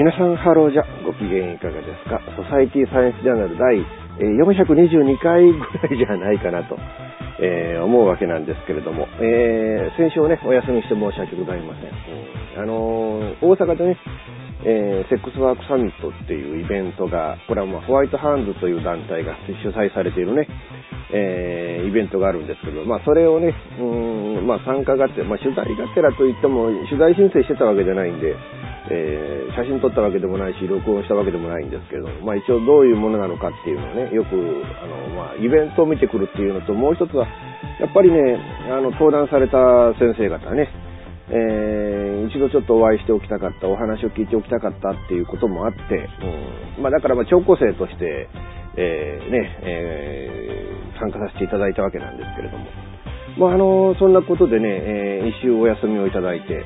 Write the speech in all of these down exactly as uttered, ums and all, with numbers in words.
皆さんハローじゃ、ご機嫌いかがですか。ソサイティサイエンスジャーナル第よんひゃくにじゅうにかいぐらいじゃないかなと、えー、思うわけなんですけれども、えー、先週ねお休みして申し訳ございません。うん、あのー、大阪でね、えー、セックスワークサミットっていうイベントが、これはまあホワイトハンズという団体が主催されているね、えー、イベントがあるんですけど、まあそれをね、うーん、まあ参加がて、まあ取材がてらといっても取材申請してたわけじゃないんで、えー、写真撮ったわけでもないし、録音したわけでもないんですけど、まあ一応どういうものなのかっていうのをね、よく、あの、まあイベントを見てくるっていうのと、もう一つは、やっぱりね、あの、登壇された先生方ね、えー、一度ちょっとお会いしておきたかった、お話を聞いておきたかったっていうこともあって、うん、まあだからまあ聴講生として、えー、ね、えー、参加させていただいたわけなんですけれども、まああの、そんなことでね、えー、一週お休みをいただいて、うん、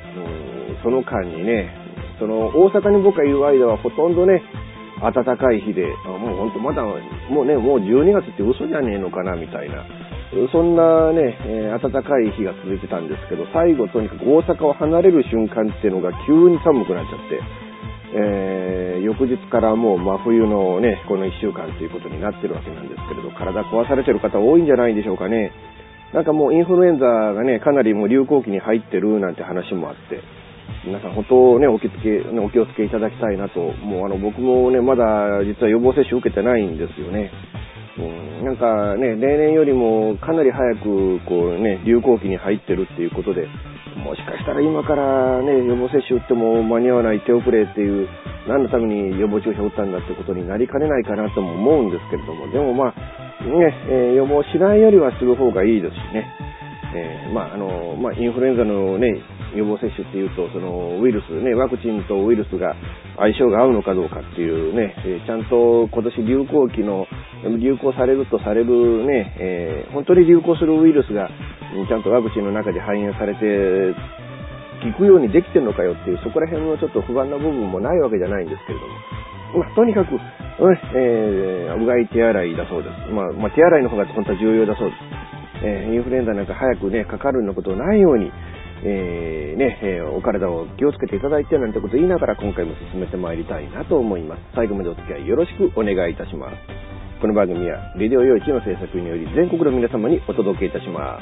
その間にね、その大阪に僕がいる間はほとんどね、暖かい日で、もう本当まだ、もうね、もうじゅうにがつって嘘じゃねえのかなみたいな、そんなね、えー、暖かい日が続いてたんですけど、最後とにかく大阪を離れる瞬間っていうのが急に寒くなっちゃって、えー、翌日からもう真冬のね、このいっしゅうかんということになってるわけなんですけれど、体壊されてる方多いんじゃないでしょうかね。なんかもうインフルエンザがね、かなりもう流行期に入ってるなんて話もあって、皆さん本当ね、お気つけ、お気をつけいただきたいなと、もうあの僕もね、まだ実は予防接種受けてないんですよね。うん、なんかね、例年よりもかなり早くこうね、流行期に入ってるっていうことで、もしかしたら今からね、予防接種打っても間に合わない手遅れっていう、何のために予防注射打ったんだってことになりかねないかなとも思うんですけれども、でもまあ、ね、えー、予防しないよりはする方がいいですしね。えー、まああの、まあインフルエンザのね、予防接種っていうと、そのウイルスね、ワクチンとウイルスが相性が合うのかどうかっていうね、えー、ちゃんと今年流行期の流行されるとされるね、えー、本当に流行するウイルスがちゃんとワクチンの中で反映されて効くようにできてるのかよっていう、そこら辺のちょっと不安な部分もないわけじゃないんですけれども、まあとにかく、えー、うがい手洗いだそうです。まあ、まあ、手洗いの方が本当は重要だそうです。えー、インフルエンザなんか早くね、かかるようなことないように、えー、ね、えー、お体を気をつけていただいてなんてことを言いながら今回も進めてまいりたいなと思います。最後までお付き合いよろしくお願いいたします。この番組はレディオよいちの制作により全国の皆様にお届けいたします。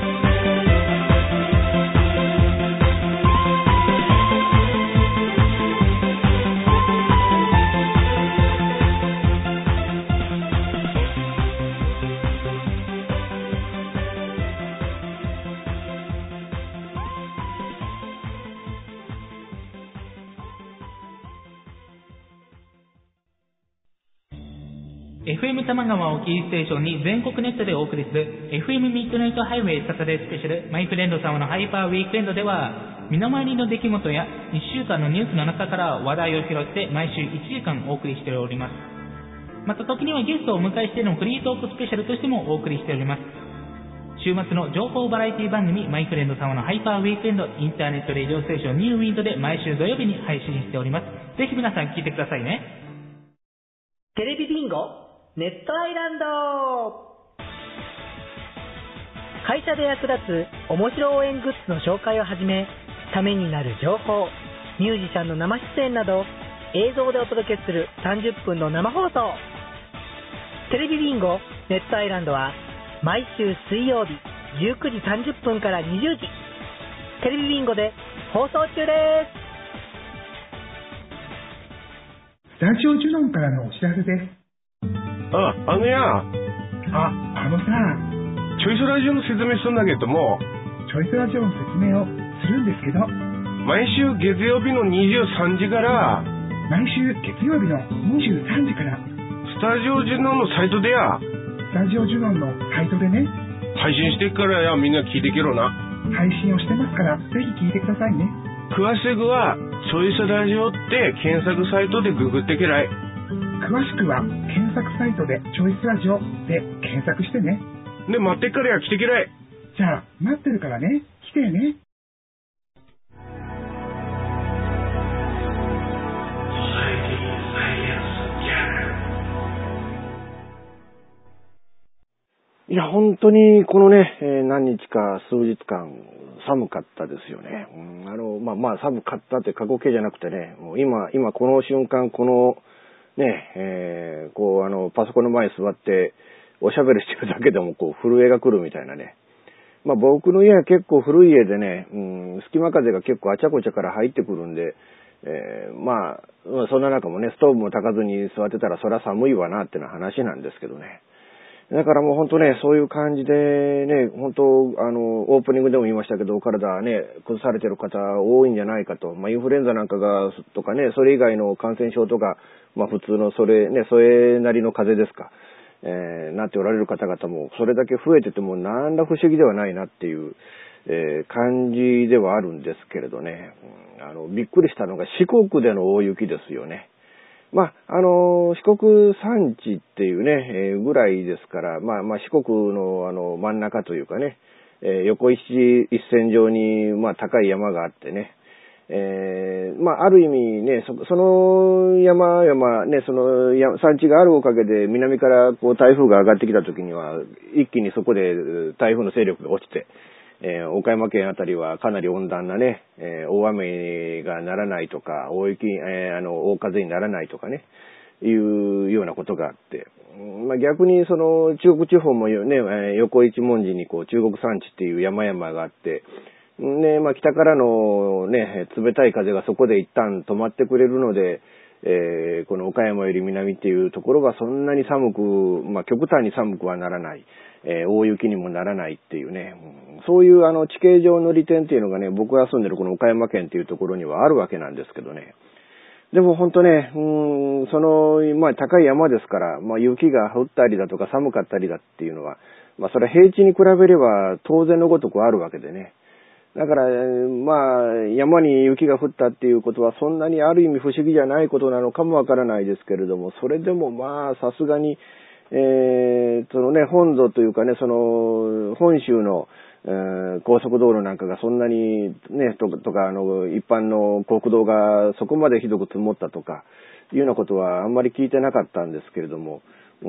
エフエム 多摩川をキーステーションに全国ネットでお送りする エフエム ミッドナイトハイウェイサタデースペシャルマイフレンド様のハイパーウィークエンドでは、身の回りの出来事やいっしゅうかんのニュースの中から話題を拾って毎週いちじかんお送りしております。また時にはゲストをお迎えしてのフリートークスペシャルとしてもお送りしております。週末の情報バラエティ番組マイフレンド様のハイパーウィークエンド、インターネットレディオステーションニューウィンドで毎週土曜日に配信しております。ぜひ皆さん聞いてくださいね。 テレビビンゴネットアイランド。会社で役立つ面白応援グッズの紹介をはじめ、ためになる情報、ミュージシャンの生出演など映像でお届けするさんじゅっぷんの生放送。テレビビンゴネットアイランドは毎週水曜日じゅうくじさんじゅっぷんからにじゅうじ、テレビビンゴで放送中です。 スタジオジュノンからのお知らせです。 あ、あのや、 あ、あのさ、 チョイスラジオの説明するんだけども、 チョイスラジオの説明をするんですけど、 毎週月曜日のにじゅうさんじから、 毎週月曜日のにじゅうさんじから、 スタジオジュノンのサイトでや、 スタジオジュノンのサイトでね、 配信してっからや、みんな聞いてけろな。 配信をしてますから、ぜひ聞いてくださいね。 詳しくは、チョイスラジオって検索サイトでググってけらい。 詳しくは検索サイトでチョイスラジオで検索してね。 で、待ってっからや、来てけらい。 じゃあ待ってるからね、来てね。 いいや、本当にこのね、えー、何日か数日間寒かったですよね。うん、あの、まあ、まあ、寒かったって過去形じゃなくてね、もう今、今この瞬間、この、ね、えー、こう、あの、パソコンの前に座って、おしゃべりしてるだけでも、こう、震えが来るみたいなね。まあ、僕の家は結構古い家でね、うん、隙間風が結構あちゃこちゃから入ってくるんで、えー、まあ、そんな中もね、ストーブも焚かずに座ってたら、そりゃ寒いわな、っていうのは話なんですけどね。だからもう本当ね、そういう感じでね、本当、あの、オープニングでも言いましたけど、お体ね、崩されてる方多いんじゃないかと。まあ、インフルエンザなんかが、とかね、それ以外の感染症とか、まあ、普通のそれ、ね、それなりの風邪ですか、えー、なっておられる方々も、それだけ増えてても、なんら不思議ではないなっていう、えー、感じではあるんですけれどね、うん、あの、びっくりしたのが四国での大雪ですよね。まあ、あの、四国山地っていうね、えー、ぐらいですから、まあ、まあ、四国のあの、真ん中というかね、えー、横一一線上に、まあ、高い山があってね、えー、まあ、ある意味ね、そ、その山々、ね、その山地があるおかげで、南からこう、台風が上がってきた時には、一気にそこで台風の勢力が落ちて、えー、岡山県あたりはかなり温暖なね、えー、大雨がならないとか、大雪、えー、あの、大風にならないとかね、いうようなことがあって、まあ、逆にその中国地方もね、えー、横一文字にこう中国山地っていう山々があって、ね、まあ、北からのね、冷たい風がそこで一旦止まってくれるので、えー、この岡山より南っていうところがそんなに寒く、まあ、極端に寒くはならない。えー、大雪にもならないっていうね、うん、そういうあの地形上の利点っていうのがね、僕が住んでるこの岡山県っていうところにはあるわけなんですけどね。でも本当ね、うーん、その、まあ高い山ですから、まあ雪が降ったりだとか寒かったりだっていうのは、まあそれは平地に比べれば当然のごとくあるわけでね。だから、まあ山に雪が降ったっていうことはそんなにある意味不思議じゃないことなのかもわからないですけれども、それでもまあさすがに、えー、そのね、本土というかね、その、本州の、えー、高速道路なんかがそんなにね、と, とか、あの、一般の国道がそこまでひどく積もったとか、いうようなことはあんまり聞いてなかったんですけれども、うん、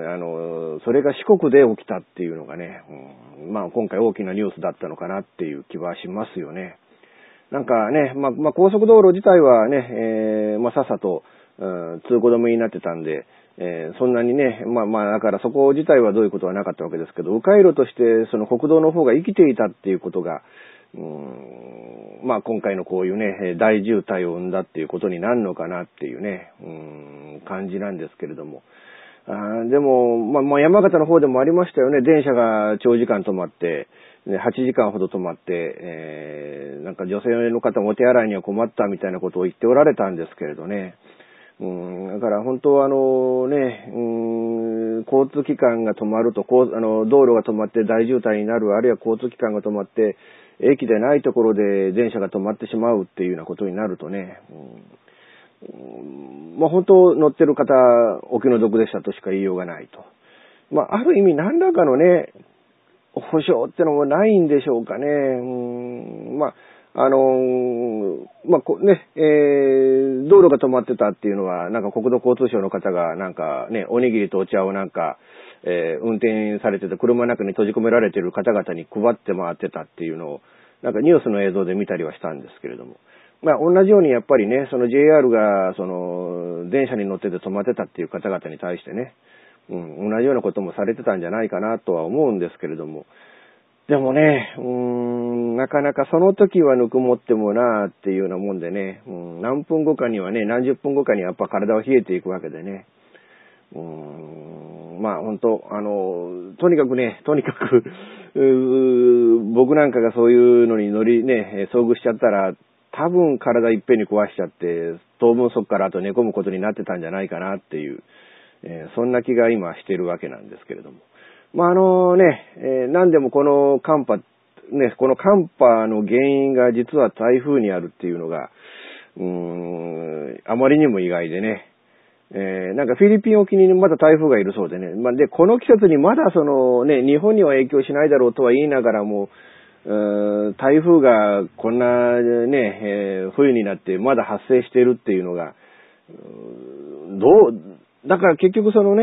あの、それが四国で起きたっていうのがね、うん、まあ今回大きなニュースだったのかなっていう気はしますよね。なんかね、まあ、まあ、高速道路自体はね、えー、まあさっさと、うん、通行止めになってたんで、えー、そんなにね、まあまあ、だからそこ自体はどういうことはなかったわけですけど、迂回路としてその国道の方が生きていたっていうことが、うーん、まあ今回のこういうね、大渋滞を生んだっていうことになるのかなっていうね、うーん、感じなんですけれども。あでも、まあ、まあ山形の方でもありましたよね、電車が長時間止まって、はちじかんほど止まって、えー、なんか女性の方もお手洗いには困ったみたいなことを言っておられたんですけれどね。うん、だから本当はあのね、うん、交通機関が止まると、こうあの道路が止まって大渋滞になる、あるいは交通機関が止まって、駅でないところで電車が止まってしまうっていうようなことになるとね、うん、まあ本当乗ってる方、お気の毒でしたとしか言いようがないと。まあある意味何らかのね、保証ってのもないんでしょうかね。うん、まああのー、まあ、こ、ね、えー、道路が止まってたっていうのは、なんか国土交通省の方が、なんかね、おにぎりとお茶をなんか、えー、運転されてて、車の中に閉じ込められている方々に配って回ってたっていうのを、なんかニュースの映像で見たりはしたんですけれども。まあ、同じようにやっぱりね、その ジェイアール が、その、電車に乗ってて止まってたっていう方々に対してね、うん、同じようなこともされてたんじゃないかなとは思うんですけれども、でもね、うーん、なかなかその時はぬくもってもなーっていうようなもんでね、うん、何分後かにはね、何十分後かにやっぱ体は冷えていくわけでね。うーん、まあ本当、あの、とにかくね、とにかく、僕なんかがそういうのに乗りね、遭遇しちゃったら、多分体いっぺんに壊しちゃって、当分そこからあと寝込むことになってたんじゃないかなっていう、えー、そんな気が今してるわけなんですけれども。まあ、あのね、えー、何でもこの寒波、ね、この寒波の原因が実は台風にあるっていうのが、うーん、あまりにも意外でね、えー、なんかフィリピン沖にまだ台風がいるそうでね、まあ、で、この季節にまだそのね、日本には影響しないだろうとは言いながらも、うーん、台風がこんなね、えー、冬になってまだ発生しているっていうのが、うーん、どう、だから結局そのね、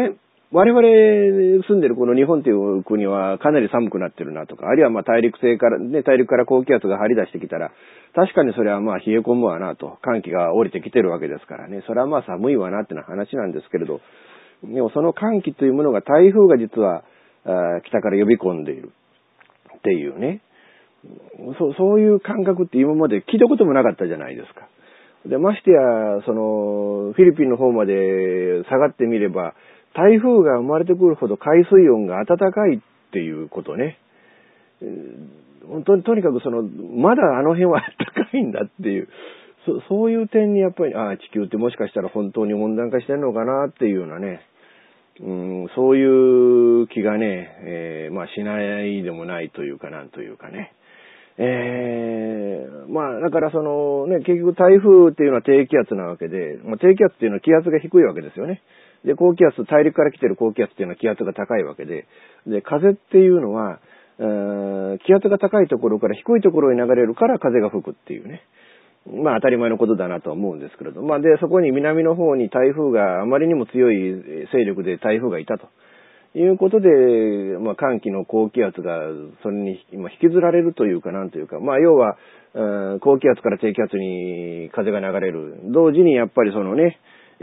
我々住んでるこの日本という国はかなり寒くなってるなとか、あるいはまあ大陸性から、ね、大陸から高気圧が張り出してきたら、確かにそれはまあ冷え込むわなと、寒気が降りてきてるわけですからね、それはまあ寒いわなっていう話なんですけれど、でもその寒気というものが台風が実は北から呼び込んでいるっていうね、そ, そういう感覚って今まで聞いたこともなかったじゃないですか。で、ましてや、その、フィリピンの方まで下がってみれば、台風が生まれてくるほど海水温が暖かいっていうことね。本当にとにかくその、まだあの辺は暖かいんだっていう、そ, そういう点にやっぱり、ああ、地球ってもしかしたら本当に温暖化してるのかなっていうようなね、うん、そういう気がね、えー、まあしないでもないというかなんというかね。えー、まあだからそのね、結局台風っていうのは低気圧なわけで、まあ、低気圧っていうのは気圧が低いわけですよね。で、高気圧、大陸から来てる高気圧っていうのは気圧が高いわけで、で、風っていうのは、えー、気圧が高いところから低いところに流れるから風が吹くっていうね。まあ当たり前のことだなとは思うんですけれど、まあで、そこに南の方に台風があまりにも強い勢力で台風がいたということで、まあ寒気の高気圧がそれに今引きずられるというかなんというか、まあ要は、高気圧から低気圧に風が流れる。同時にやっぱりそのね、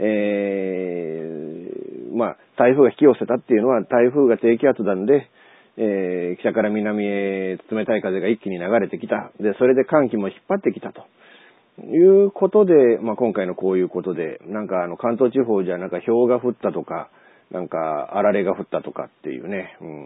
えー、まあ台風が引き寄せたっていうのは台風が低気圧なんで、えー、北から南へ冷たい風が一気に流れてきた。で、それで寒気も引っ張ってきたと。いうことで、まあ、今回のこういうことで、なんかあの関東地方じゃなんか氷が降ったとか、なんかあられが降ったとかっていうね、うん、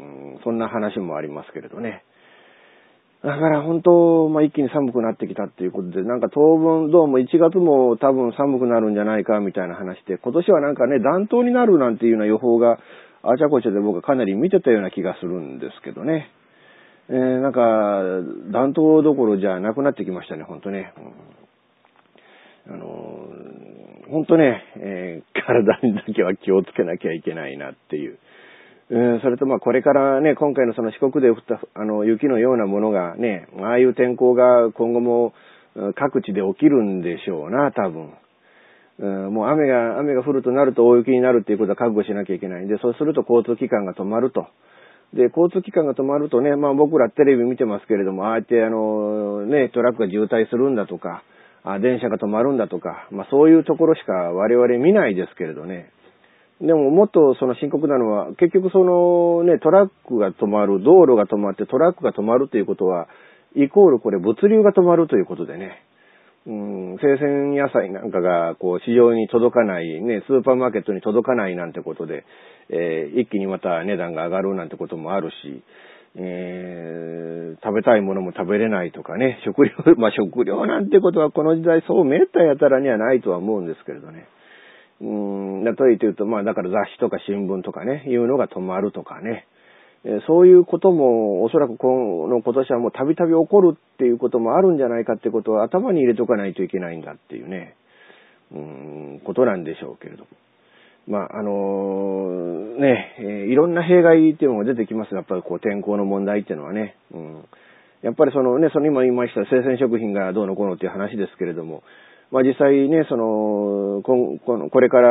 そんな話もありますけれどね。だから本当、まあ、一気に寒くなってきたっていうことで、なんか当分どうもいちがつも多分寒くなるんじゃないかみたいな話で、今年はなんかね、暖冬になるなんていうような予報があちゃこちゃで僕はかなり見てたような気がするんですけどね。えー、なんか暖冬どころじゃなくなってきましたね、本当ね。うんあのー、本当ね、えー、体にだけは気をつけなきゃいけないなっていう。えー、それとまあこれからね、今回のその四国で降ったあの雪のようなものがね、ああいう天候が今後も各地で起きるんでしょうな、多分。うん、もう雨が、雨が降るとなると大雪になるっていうことは覚悟しなきゃいけないんで、そうすると交通機関が止まると。で、交通機関が止まるとね、まあ僕らテレビ見てますけれども、ああやってあの、ね、トラックが渋滞するんだとか、あ電車が止まるんだとか、まあそういうところしか我々見ないですけれどね。でももっとその深刻なのは、結局そのね、トラックが止まる、道路が止まってトラックが止まるということは、イコールこれ物流が止まるということでね。うん、生鮮野菜なんかがこう市場に届かない、ね、スーパーマーケットに届かないなんてことで、えー、一気にまた値段が上がるなんてこともあるし、えー、食べたいものも食べれないとかね、食料、まあ食料なんてことはこの時代そうめったやたらにはないとは思うんですけれどね。うーん、例えて言うと、まあだから雑誌とか新聞とかね、いうのが止まるとかね。えー、そういうこともおそらくこの今年はもうたびたび起こるっていうこともあるんじゃないかってことを頭に入れとかないといけないんだっていうね、うーん、ことなんでしょうけれども。まあ、あのー、ね、えー、いろんな弊害っていうのが出てきますが、やっぱりこう天候の問題っていうのはね、うん。やっぱりそのね、その今言いました生鮮食品がどうのこうのっていう話ですけれども、まあ実際ね、その、こ, こ, のこれから、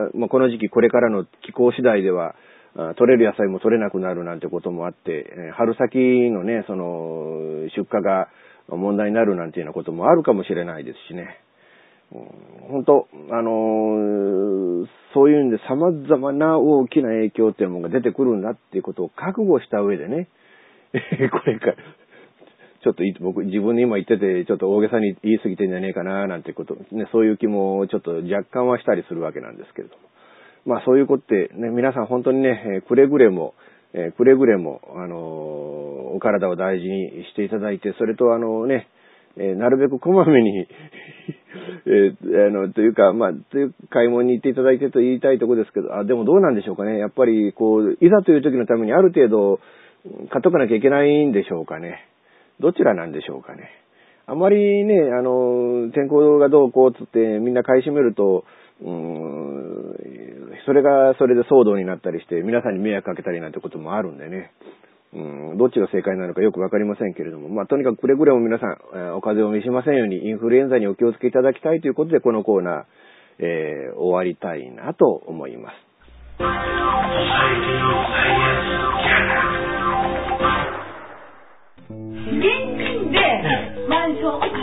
まあこの時期これからの気候次第では、取れる野菜も取れなくなるなんてこともあって、春先のね、その、出荷が問題になるなんていうようなこともあるかもしれないですしね。本当、あのー、そういうんで様々な大きな影響っていうのが出てくるんだっていうことを覚悟した上でね、これから、ちょっと僕自分で今言っててちょっと大げさに言い過ぎてんじゃねえかななんてこと、ね、そういう気もちょっと若干はしたりするわけなんですけれども。まあそういうことってね、皆さん本当にね、くれぐれも、えー、くれぐれも、あのー、お体を大事にしていただいて、それとあのね、えー、なるべくこまめに、えー、あの、というか、まあ、という買い物に行っていただいてと言いたいところですけど、あ、でもどうなんでしょうかね。やっぱり、こう、いざという時のためにある程度、買っとかなきゃいけないんでしょうかね。どちらなんでしょうかね。あまりね、あの、天候がどうこうつってみんな買い占めると、うーん、それがそれで騒動になったりして、皆さんに迷惑かけたりなんてこともあるんでね。うん、どっちが正解なのかよくわかりませんけれども、まあ、とにかくくれぐれも皆さん、えー、お風邪を召しませんように、インフルエンザにお気をつけいただきたいということで、このコーナー、えー、終わりたいなと思います。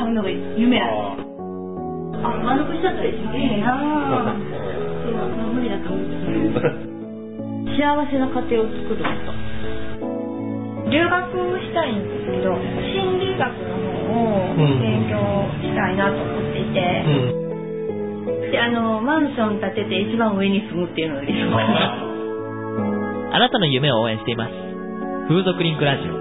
うのが夢ある。あ、満足しちゃったら一番いいなぁ。そう、まあ、無理だと思う。幸せな家庭を作ること。留学したいんですけど、心理学の方を勉強したいなと思っていて、うん、で、あの、マンション建てて一番上に住むっていうのが理想かな。 あなたの夢を応援しています。風俗リンクラジオ。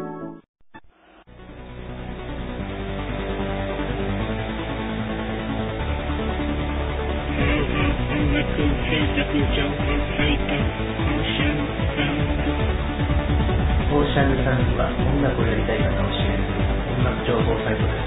オーシャンサウンドは音楽をやりたい方を支援する音楽情報サイトです。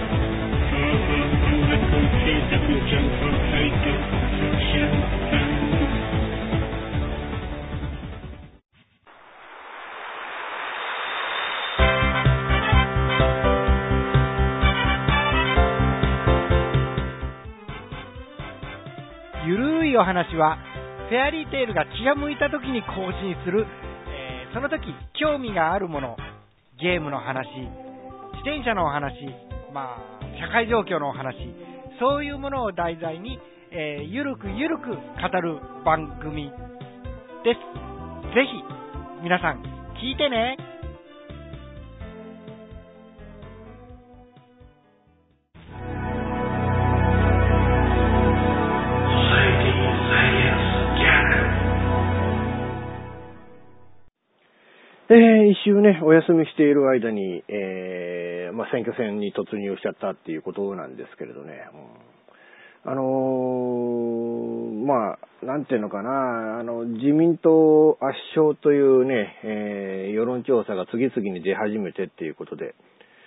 ゆるいお話はフェアリーテールが気が向いた時に更新する、えー、その時興味があるもの、ゲームの話、自転車のお話、まあ社会状況のお話、そういうものを題材に、えー、ゆるくゆるく語る番組です。ぜひ皆さん聞いてね。 えー、一周ね、お休みしている間に、えー、まあ、選挙戦に突入しちゃったっていうことなんですけれどね。うん、あのー、まあ、なんていうのかな、あの、自民党圧勝というね、えー、世論調査が次々に出始めてっていうことで、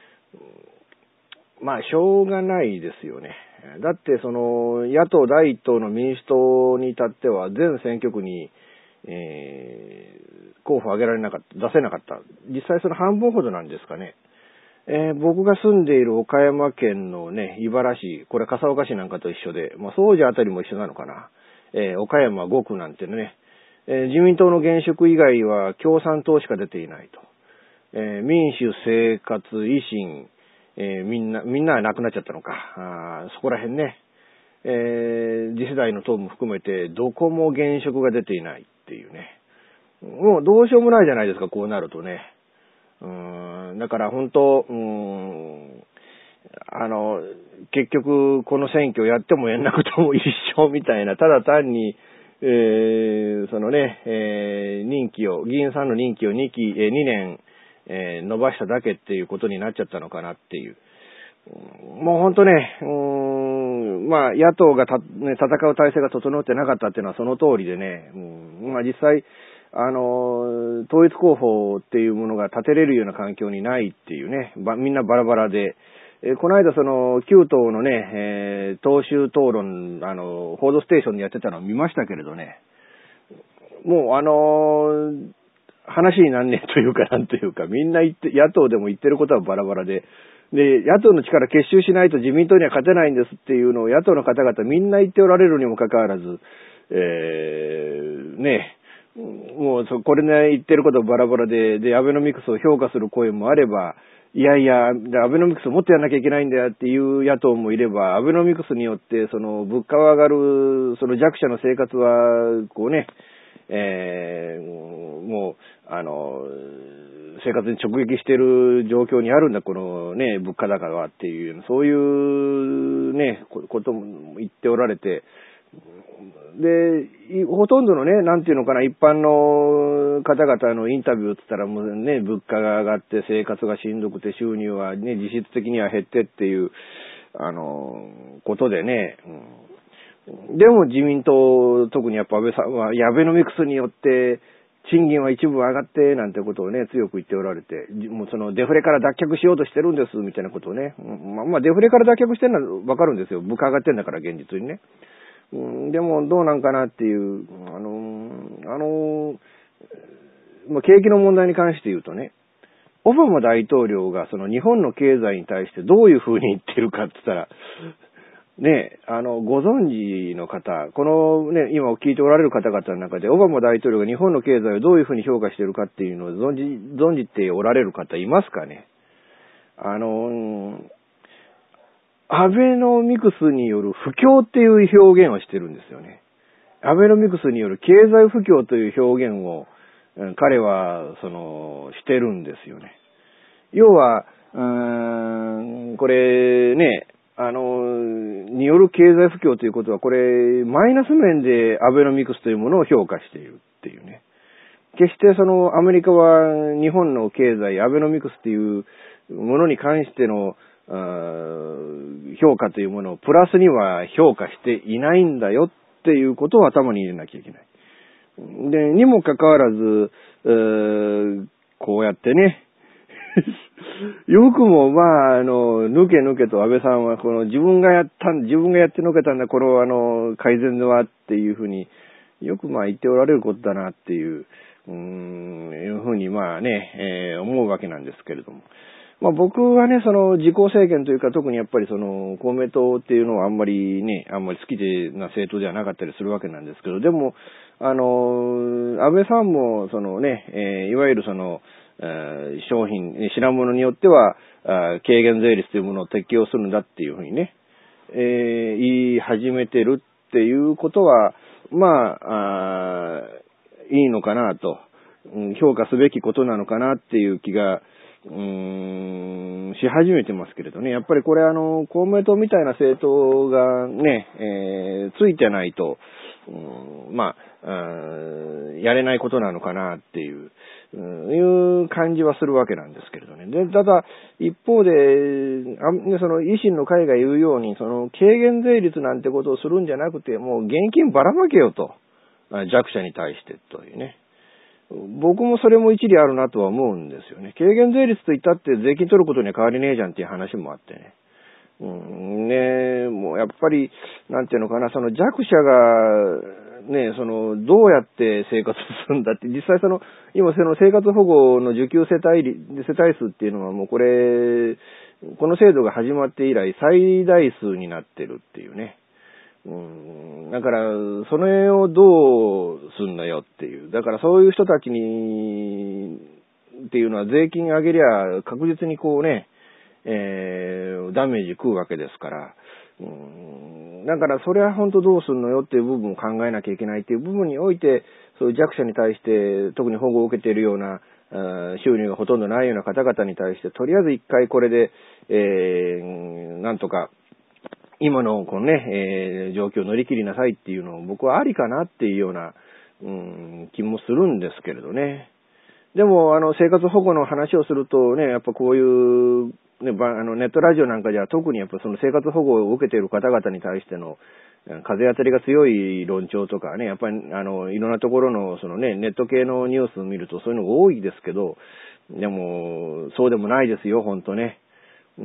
まあ、しょうがないですよね。だって、その、野党第一党の民主党に至っては、全選挙区に、えー、候補を挙げられなかった、出せなかった。実際その半分ほどなんですかね。えー、僕が住んでいる岡山県のね、茨市、これ笠岡市なんかと一緒で、まあ、総社あたりも一緒なのかな。えー、岡山ご区なんてね、えー、自民党の現職以外は共産党しか出ていないと。えー、民主、生活、維新、えー、みんな、みんなはなくなっちゃったのか。あそこら辺ね。えー、次世代の党も含めて、どこも現職が出ていないっていうね。もうどうしようもないじゃないですか、こうなるとね。うーん、だから本当、うーん、あの、結局この選挙やってもやんなくても一緒みたいな、ただ単に、えー、そのね、えー、任期を、議員さんの任期をにき、えー、にねん、えー、伸ばしただけっていうことになっちゃったのかなっていう。もう本当ね、うーん、まあ野党がた、ね、戦う体制が整ってなかったっていうのはその通りでね、うん、まあ実際、あの、統一候補っていうものが立てれるような環境にないっていうね、ばみんなバラバラで、えー、この間その旧党のね、えー、党首討論、あの、報道ステーションでやってたのを見ましたけれどね、もうあのー、話になんねえというかなんというか、みんな言って、野党でも言ってることはバラバラで、で、野党の力結集しないと自民党には勝てないんですっていうのを野党の方々みんな言っておられるにもかかわらず、えー、ね、もうそ、これね、言ってることバラバラで、で、アベノミクスを評価する声もあれば、いやいや、アベノミクスをもっとやんなきゃいけないんだよっていう野党もいれば、アベノミクスによって、その、物価が上がる、その弱者の生活は、こうね、えー、もう、あの、生活に直撃している状況にあるんだ、このね、物価高はっていう、そういうね、ことも言っておられて、で、ほとんどのね、なんていうのかな、一般の方々のインタビューって言ったらもうね、物価が上がって生活がしんどくて収入はね、実質的には減ってっていう、あの、ことでね、うん、でも自民党、特にやっぱ安倍さんは、アベノミクスによって、賃金は一部上がって、なんてことをね、強く言っておられて、もうそのデフレから脱却しようとしてるんです、みたいなことをね。まあ、まあ、デフレから脱却してるのはわかるんですよ。物価上がってんだから、現実にね。うん、でも、どうなんかなっていう、あのー、あのー、まあ、景気の問題に関して言うとね、オバマ大統領がその日本の経済に対してどういうふうに言ってるかって言ったら、ね、あの、ご存知の方、このね、今聞いておられる方々の中で、オバマ大統領が日本の経済をどういうふうに評価しているかっていうのを存じ、存じておられる方いますかね。あの、 アベノミクスによる不況っていう表現をしてるんですよね。アベノミクスによる経済不況という表現を彼はそのしてるんですよね。要はうーんこれね、あのによる経済不況ということはこれマイナス面でアベノミクスというものを評価しているっていうね。決してそのアメリカは日本の経済アベノミクスというものに関しての評価というものをプラスには評価していないんだよっていうことを頭に入れなきゃいけない。で、にもかかわらず、こうやってね、よくもまあ、あの、抜け抜けと安倍さんはこの自分がやったん、自分がやってのけたんだ、このあの、改善はっていうふうによくまあ言っておられることだなっていう、うーん、いうふうにまあね、えー、思うわけなんですけれども。まあ僕はね、その自公政権というか特にやっぱりその公明党っていうのはあんまりね、あんまり好きでな政党ではなかったりするわけなんですけど、でも、あの、安倍さんもそのね、えー、いわゆるその、えー、商品、品物によっては、軽減税率というものを適用するんだっていうふうにね、えー、言い始めてるっていうことは、まあ、あいいのかなと、うん、評価すべきことなのかなっていう気が、うーん、し始めてますけれどね。やっぱりこれあの、公明党みたいな政党がね、えー、ついてないと、うん、まあ、やれないことなのかなっていう、うん、いう感じはするわけなんですけれどね。で、ただ、一方で、あその維新の会が言うように、その軽減税率なんてことをするんじゃなくて、もう現金ばらまけよと。弱者に対してというね。僕もそれも一理あるなとは思うんですよね。軽減税率といったって税金取ることには変わりねえじゃんっていう話もあってね。うん、ねもうやっぱり、なんていうのかな、その弱者が、ね、その、どうやって生活するんだって、実際その、今その生活保護の受給世帯、世帯数っていうのはもうこれ、この制度が始まって以来最大数になってるっていうね。うん、だから、それをどうすんのよっていう。だからそういう人たちに、っていうのは税金上げりゃ確実にこうね、えー、ダメージ食うわけですから。うん、だからそれは本当どうすんのよっていう部分を考えなきゃいけないっていう部分において、そういう弱者に対して特に保護を受けているような、収入がほとんどないような方々に対して、とりあえず一回これで、えー、なんとか、今のこのね、えー、状況を乗り切りなさいっていうのを僕はありかなっていうような、うん、気もするんですけれどね。でも、あの、生活保護の話をするとね、やっぱこういう、ね、あの、ネットラジオなんかでは特にやっぱその生活保護を受けている方々に対しての風当たりが強い論調とかね、やっぱりあの、いろんなところのそのね、ネット系のニュースを見るとそういうのが多いですけど、でも、そうでもないですよ、ほんとね。うん、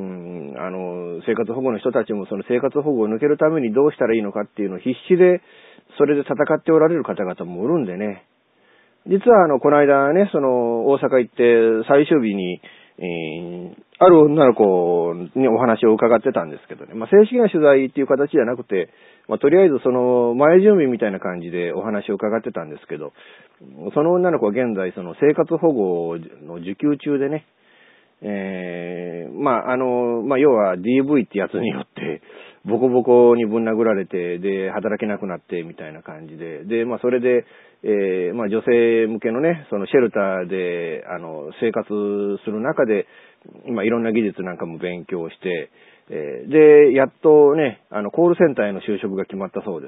あの、生活保護の人たちもその生活保護を抜けるためにどうしたらいいのかっていうのを必死で、それで戦っておられる方々もおるんでね。実はあの、この間ね、その、大阪行って最終日に、えー、ある女の子にお話を伺ってたんですけどね。まあ、正式な取材っていう形じゃなくて、まあ、とりあえずその、前準備みたいな感じでお話を伺ってたんですけど、その女の子は現在その生活保護の受給中でね、えー、まあ、あの、まあ、要は ディーブイ ってやつによって、ボコボコにぶん殴られて、で、働けなくなって、みたいな感じで、で、まあ、それで、えー、まあ、女性向けのね、そのシェルターで、あの、生活する中で、今、いろんな技術なんかも勉強して、えー、で、やっとね、あの、コールセンターへの就職が決まったそうです。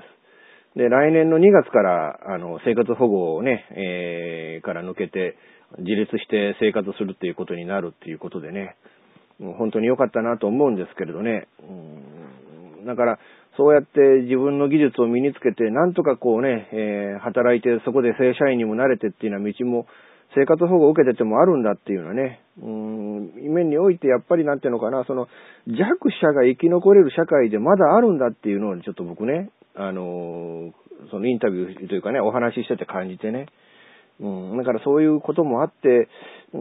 で、来年のにがつから、あの、生活保護をね、えー、から抜けて、自立して生活するっていうことになるっていうことでね、本当に良かったなと思うんですけれどね。うん、だから、そうやって自分の技術を身につけて、なんとかこうね、えー、働いて、そこで正社員にもなれてっていうような道も、生活保護を受けててもあるんだっていうのはね、うん、面においてやっぱりなんていうのかな、その弱者が生き残れる社会でまだあるんだっていうのをちょっと僕ね、あのー、そのインタビューというかね、お話ししてて感じてね、うん、だからそういうこともあって、うん、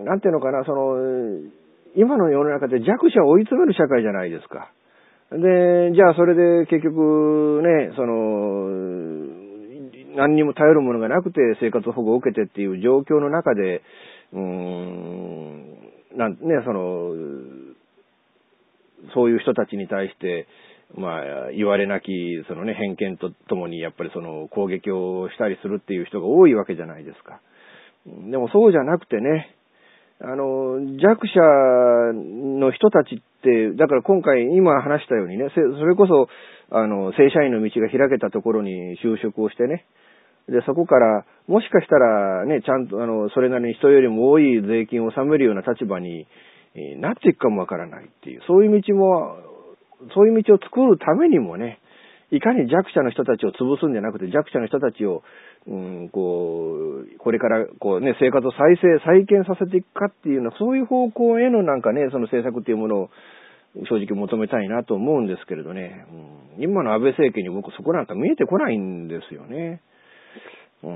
なんていうのかな、その、今の世の中で弱者を追い詰める社会じゃないですか。で、じゃあそれで結局ね、その、何にも頼るものがなくて生活保護を受けてっていう状況の中で、うーん、なんね、その、 そういう人たちに対して、まあ、言われなき、そのね、偏見とともに、やっぱりその攻撃をしたりするっていう人が多いわけじゃないですか。でもそうじゃなくてね、あの、弱者の人たちって、だから今回、今話したようにね、それこそ、あの、正社員の道が開けたところに就職をしてね、で、そこから、もしかしたらね、ちゃんと、あの、それなりに人よりも多い税金を納めるような立場に、えー、なっていくかもわからないっていう、そういう道も、そういう道を作るためにもね、いかに弱者の人たちを潰すんじゃなくて、弱者の人たちを、うん、こう、これから、こうね、生活を再生、再建させていくかっていうのは、そういう方向へのなんかね、その政策っていうものを正直求めたいなと思うんですけれどね、うん、今の安倍政権に僕そこなんか見えてこないんですよね。うん、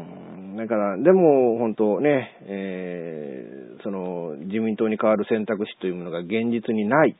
だから、でも本当ね、えー、その自民党に代わる選択肢というものが現実にない、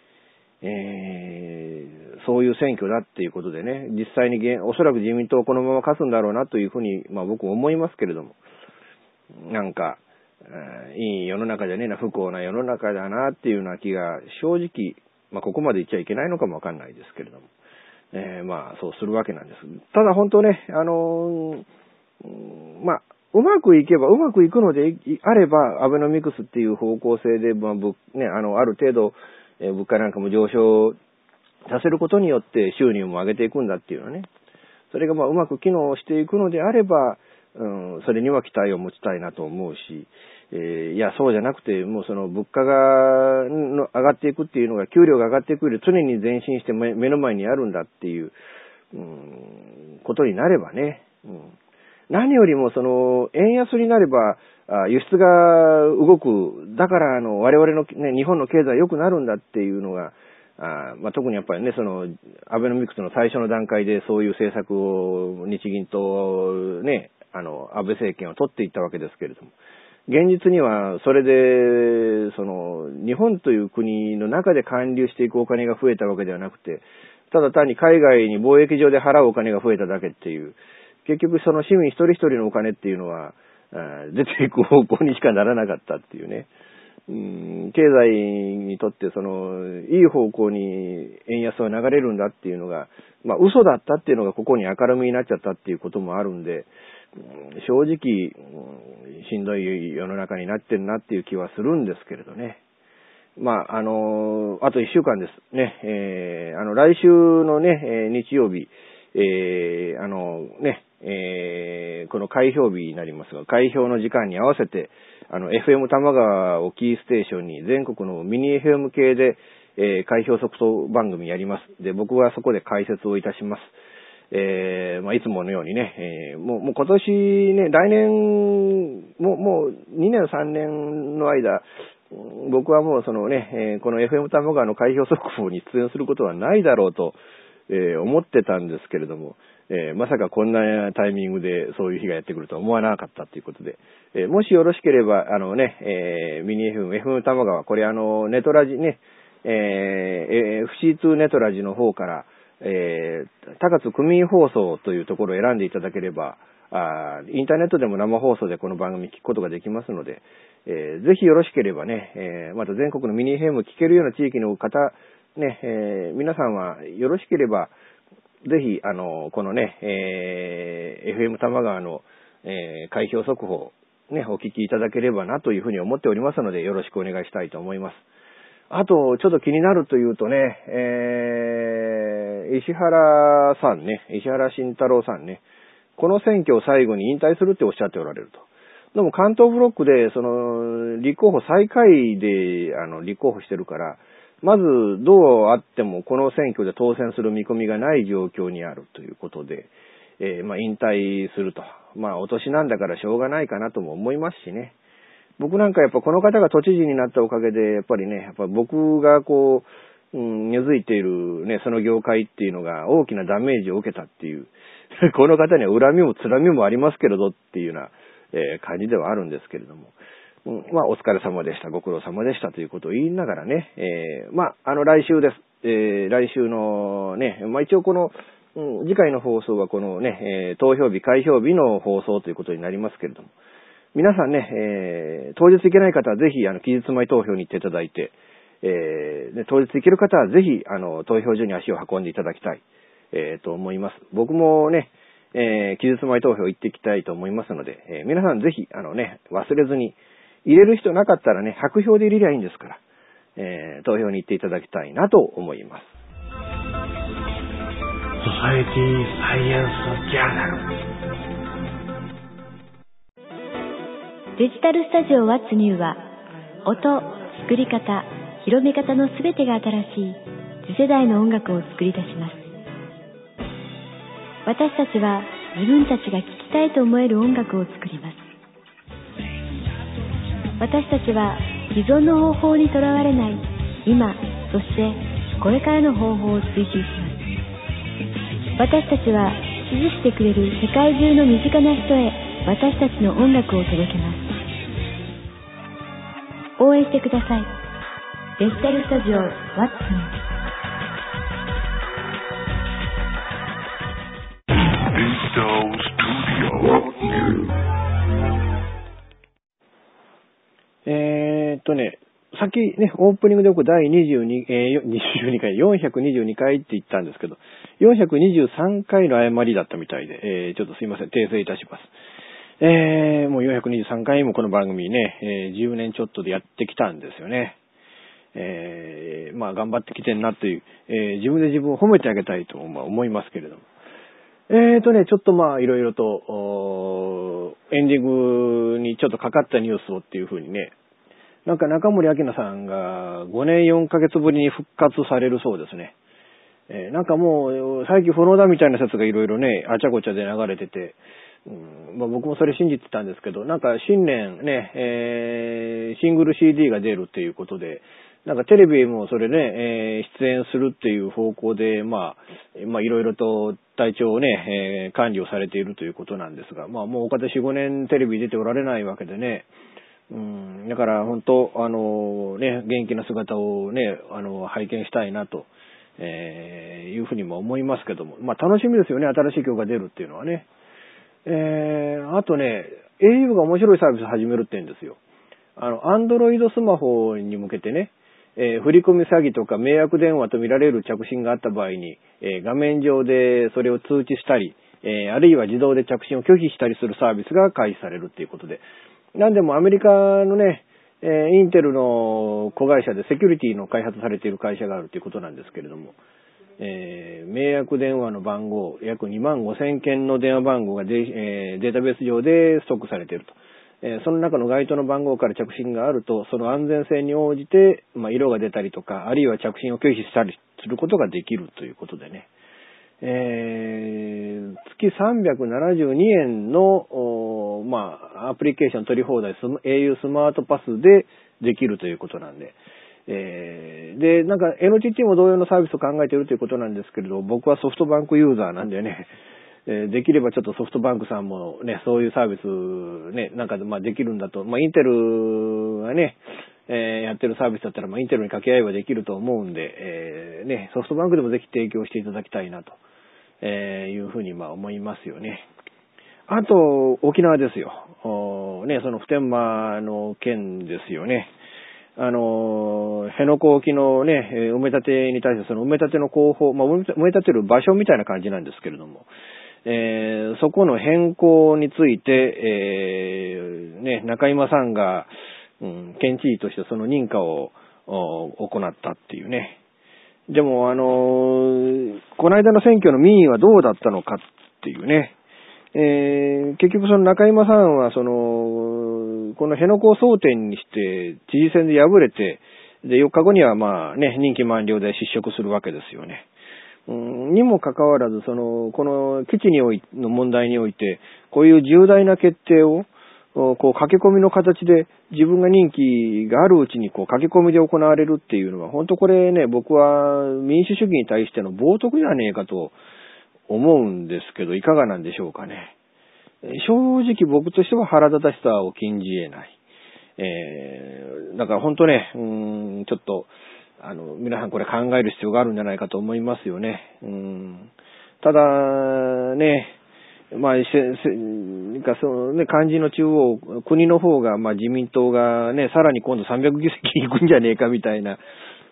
えー、そういう選挙だっていうことでね、実際におそらく自民党はこのまま勝つんだろうなというふうに、まあ僕思いますけれども、なんか、えー、いい世の中じゃねえな、不幸な世の中だなっていうような気が正直、まあここまで言っちゃいけないのかもわかんないですけれども、えー、まあそうするわけなんです。ただ本当ね、あのーまあ、うまくいけば、うまくいくのであれば、アベノミクスっていう方向性で、まあ、ぶ、ね、あの、ある程度、えー、物価なんかも上昇させることによって収入も上げていくんだっていうのね。それがまあ、うまく機能していくのであれば、うん、それには期待を持ちたいなと思うし、えー、いや、そうじゃなくて、もうその物価が、の上がっていくっていうのが、給料が上がっていくより常に前進して目の前にあるんだっていう、うん、ことになればね、うん何よりもその円安になれば輸出が動く。だからあの我々の、ね、日本の経済良くなるんだっていうのが、あまあ、特にやっぱりね、そのアベノミクスの最初の段階でそういう政策を日銀とね、あの安倍政権は取っていったわけですけれども、現実にはそれでその日本という国の中で還流していくお金が増えたわけではなくて、ただ単に海外に貿易上で払うお金が増えただけっていう。結局その市民一人一人のお金っていうのは出ていく方向にしかならなかったっていうね、うん、経済にとってそのいい方向に円安は流れるんだっていうのが、まあ嘘だったっていうのがここに明るみになっちゃったっていうこともあるんで、正直しんどい世の中になってるなっていう気はするんですけれどね。まああのあと一週間ですね、えー、あの来週のね日曜日、えー、あのね。えー、この開票日になりますが、開票の時間に合わせて、あの、エフエム 玉川をキーステーションに全国のミニ エフエム 系で、えー、開票速報番組やります。で、僕はそこで解説をいたします。えー、まあ、いつものようにね、えー、もう、もう今年ね、来年、もう、もうにねんさんねんの間、僕はもうそのね、えー、この エフエム 玉川の開票速報に出演することはないだろうと、えー、思ってたんですけれども、えー、まさかこんなタイミングでそういう日がやってくるとは思わなかったということで、えー、もしよろしければ、あのね、えー、ミニ エフエム、エフエム 玉川、これあの、ネトラジね、えー、エフシーツー ネトラジの方から、えー、高津区民放送というところを選んでいただければ、あインターネットでも生放送でこの番組聞くことができますので、えー、ぜひよろしければね、えー、また全国のミニ エフエム 聞けるような地域の方、ね、えー、皆さんはよろしければ、ぜひ、あの、このね、えー、エフエム 玉川の、えー、開票速報、ね、お聞きいただければなというふうに思っておりますので、よろしくお願いしたいと思います。あと、ちょっと気になるというとね、えー、石原さんね、石原慎太郎さんね、この選挙を最後に引退するっておっしゃっておられると。でも関東ブロックで、その、立候補最下位で、あの、立候補してるから、まず、どうあってもこの選挙で当選する見込みがない状況にあるということで、えー、まあ、引退すると。まあ、お年なんだからしょうがないかなとも思いますしね。僕なんかやっぱこの方が都知事になったおかげで、やっぱりね、やっぱ僕がこう、うん、根付いているね、その業界っていうのが大きなダメージを受けたっていう、この方には恨みもつらみもありますけれどっていうような、えー、感じではあるんですけれども。うん、まあ、お疲れ様でした、ご苦労様でしたということを言いながらね、えー、まあ、あの、来週です。えー、来週のね、まあ、一応この、うん、次回の放送はこのね、えー、投票日、開票日の放送ということになりますけれども、皆さんね、えー、当日行けない方はぜひ、あの、期日前投票に行っていただいて、 えー、で当日行ける方はぜひ、あの、投票所に足を運んでいただきたい、えー、と思います。僕もね、えー、期日前投票行ってきたいと思いますので、えー、皆さんぜひ、あのね、忘れずに、入れる人なかったらね、白票で入れりゃいいんですから、えー、投票に行っていただきたいなと思います。 ソサエティサイエンスジャーナル。 デジタルスタジオ What's New は、音、作り方、広め方のすべてが新しい次世代の音楽を作り出します。私たちは自分たちが聴きたいと思える音楽を作ります。私たちは既存の方法にとらわれない今、そしてこれからの方法を追求します。私たちは支持してくれる世界中の身近な人へ私たちの音楽を届けます。応援してください。デジタルスタジオ What's New。 えーっとね、さっきね、オープニングで僕だいにじゅうに、えー、にじゅうにかい、よんひゃくにじゅうにかいって言ったんですけど、よんひゃくにじゅうさんかいの誤りだったみたいで、えー、ちょっとすいません、訂正いたします。えー、もうよんひゃくにじゅうさんかいもこの番組ね、えー、じゅうねんちょっとでやってきたんですよね。えー、まあ頑張ってきてんなという、えー、自分で自分を褒めてあげたいと思いますけれども。えーとね、ちょっとまあいろいろと、エンディングにちょっとかかったニュースをっていう風にね、なんか中森明菜さんがごねんよんかげつぶりに復活されるそうですね。えー、なんかもう最近不能だみたいな説がいろいろね、あちゃこちゃで流れてて、うんまあ、僕もそれ信じてたんですけど、なんか新年ね、えー、シングル シーディー が出るっていうことで、なんかテレビもそれね、えー、出演するっていう方向で、まあ、まあいろいろと体調をね、えー、管理をされているということなんですが、まあもうおかたよん、ごねんテレビ出ておられないわけでね、うん、だから本当、あのね、元気な姿をね、あの、拝見したいなと、えー、いうふうにも思いますけども、まあ楽しみですよね、新しい曲が出るっていうのはね。えー、あとね、エーユー が面白いサービスを始めるって言うんですよ。あの、アンドロイドスマホに向けてね、えー、振り込み詐欺とか迷惑電話と見られる着信があった場合に、えー、画面上でそれを通知したり、えー、あるいは自動で着信を拒否したりするサービスが開始されるっていうことで、なんでもアメリカのね、えー、インテルの子会社でセキュリティの開発されている会社があるということなんですけれども、えー、迷惑電話の番号、約にまんごせんけんの電話番号がデ、えー、データベース上でストックされていると。えー、その中の該当の番号から着信があると、その安全性に応じて、まあ、色が出たりとか、あるいは着信を拒否したりすることができるということでね。えー、月さんびゃくななじゅうにえんの、まあ、アプリケーション取り放題、エーユー スマートパスでできるということなんで。えー、で、なんか エヌティーティー も同様のサービスを考えているということなんですけれど、僕はソフトバンクユーザーなんでね、えー、できればちょっとソフトバンクさんもね、そういうサービスね、なんかまあできるんだと、まあインテルがね、えー、やってるサービスだったらまあインテルに掛け合えばできると思うんで、えー、ね、ソフトバンクでもぜひ提供していただきたいなと、えー、いうふうにまあ思いますよね。あと、沖縄ですよ。ね、その普天間の件ですよね。あの、辺野古沖のね、埋め立てに対してその埋め立ての工法、まあ、埋め立てる場所みたいな感じなんですけれども、えー、そこの変更について、えー、ね、中今さんが、うん、県知事としてその認可を行ったっていうね。でも、あのー、この間の選挙の民意はどうだったのかっていうね。えー、結局その中今さんはその、この辺野古を争点にして知事選で敗れて、で、よっかごにはまあね、任期満了で失職するわけですよね。うん、にもかかわらず、その、この基地においの問題において、こういう重大な決定を、こう駆け込みの形で自分が任期があるうちにこう駆け込みで行われるっていうのは、本当これね、僕は民主主義に対しての冒涜じゃねえかと思うんですけど、いかがなんでしょうかね。正直僕としては腹立たしさを禁じ得ない。えー、だから本当ね、うーん、ちょっと、あの、皆さんこれ考える必要があるんじゃないかと思いますよね。うん、ただ、ね、まあ、せ、せ、なんかそのね、漢字の中央、国の方が、まあ自民党がね、さらに今度さんびゃくぎせきいくんじゃねえかみたいな、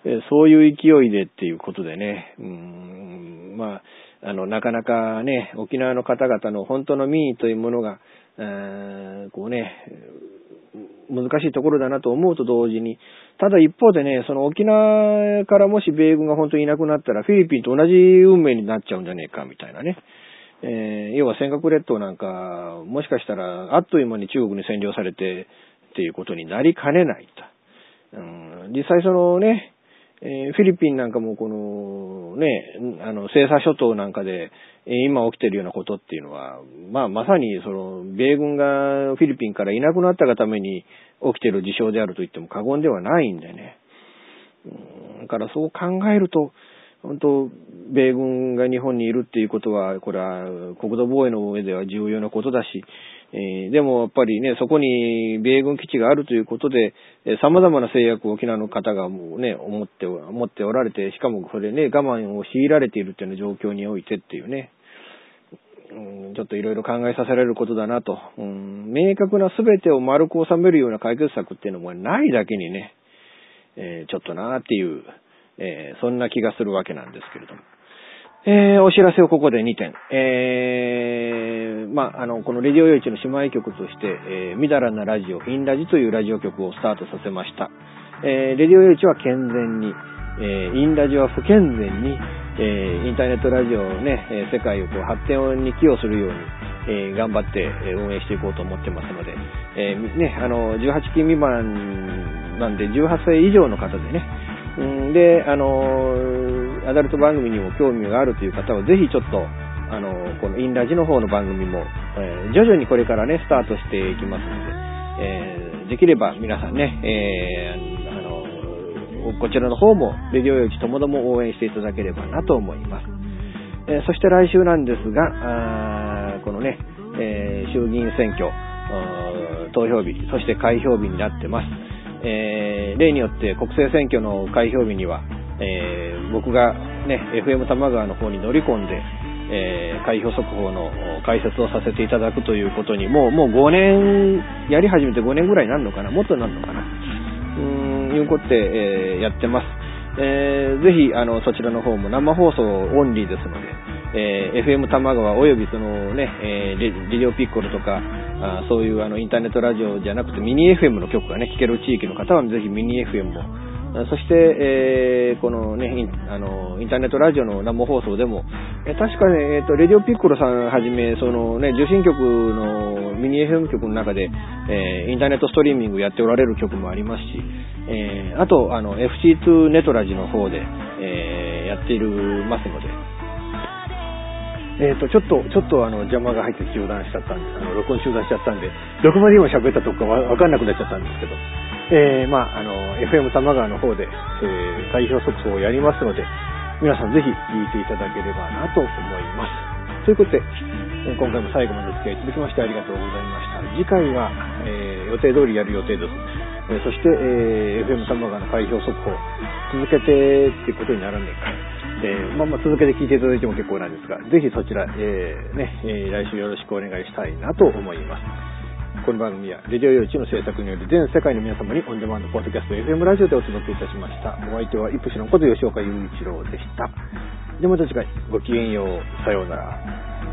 えー、そういう勢いでっていうことでね、うーん、まあ、あの、なかなかね、沖縄の方々の本当の民意というものが、えー、こうね、難しいところだなと思うと同時に、ただ一方でね、その沖縄からもし米軍が本当にいなくなったら、フィリピンと同じ運命になっちゃうんじゃねえか、みたいなね。えー、要は尖閣列島なんか、もしかしたら、あっという間に中国に占領されて、っていうことになりかねないと。うん、実際そのね、えー、フィリピンなんかもこのね、あの、西沙諸島なんかで、えー、今起きてるようなことっていうのは、まあまさにその、米軍がフィリピンからいなくなったがために起きてる事象であると言っても過言ではないんでね。うん、だからそう考えると、本当、米軍が日本にいるっていうことは、これは国土防衛の上では重要なことだし、えー、でもやっぱりね、そこに米軍基地があるということで、えー、様々な制約を沖縄の方がもうね、思って、思っておられて、しかもこれね、我慢を強いられているというような状況においてっていうね、うん、ちょっといろいろ考えさせられることだなと、うん、明確な全てを丸く収めるような解決策っていうのもないだけにね、えー、ちょっとなーっていう、えー、そんな気がするわけなんですけれども。えー、お知らせをここでにてん。えー、まあ、あの、このレディオヨイチの姉妹局として、えー、みだらなラジオ、インラジというラジオ局をスタートさせました。えー、レディオヨイチは健全に、えー、インラジは不健全に、えー、インターネットラジオをね、えー、世界をこう発展に寄与するように、えー、頑張って、えー、運営していこうと思ってますので、えー、ね、あの、じゅうはちき未満なんでじゅうはっさい以上の方でね、んで、あの、アダルト番組にも興味があるという方は、ぜひちょっと、あの、このインラジの方の番組も、えー、徐々にこれからね、スタートしていきますので、えー、できれば皆さんね、えー、あの、こちらの方も、レディオヨイチともども応援していただければなと思います。えー、そして来週なんですが、あこのね、えー、衆議院選挙、投票日、そして開票日になってます。えー、例によって国政選挙の開票日には、えー、僕がね、エフエム 玉川の方に乗り込んで、えー、開票速報の解説をさせていただくということに、もう、もうごねん、やり始めてごねんぐらいになるのかな、もっとなるのかな、うーん、いうことで、えー、やってます。えー、ぜひ、あの、そちらの方も生放送オンリーですので、えー、エフエム 玉川およびそのね、えー、レ, レディオピッコロとか、あそういうあのインターネットラジオじゃなくてミニ エフエム の曲がね、聴ける地域の方はぜひミニ エフエム も、そして、えー、このね、イン、あの、インターネットラジオの生放送でも、え確かね、えっと、レディオピッコロさんはじめ、そのね、受信局のミニ エフエム 局の中で、えー、インターネットストリーミングやっておられる曲もありますし、えー、あと、あの、エフシーツー ネトラジの方で、えー、やっているますので、えっと、ちょっと、ちょっとあの、邪魔が入って中断しちゃったんで、あの、録音中断しちゃったんで、どこまで今喋ったとこかわかんなくなっちゃったんですけど、えー、まあ、あの、エフエム 玉川の方で、えー、開票速報をやりますので、皆さんぜひ聞いていただければなと思います。ということで、今回も最後までお付き合いいただきましてありがとうございました。次回は、えー、予定通りやる予定です。えー、そして、えー、エフエム 玉川の開票速報、続けてっていうことにならねえか。えー、まあまあ続けて聞いていただいても結構なんですが、ぜひそちら、えー、ね、えー、来週よろしくお願いしたいなと思います。この番組は、レディオヨイチの制作により全世界の皆様にオンデマンドポッドキャスト エフエム ラジオでお届けいたしました。お相手はイプシのこと吉岡雄一郎でした。ではまた次回、ごきげんよう、さようなら。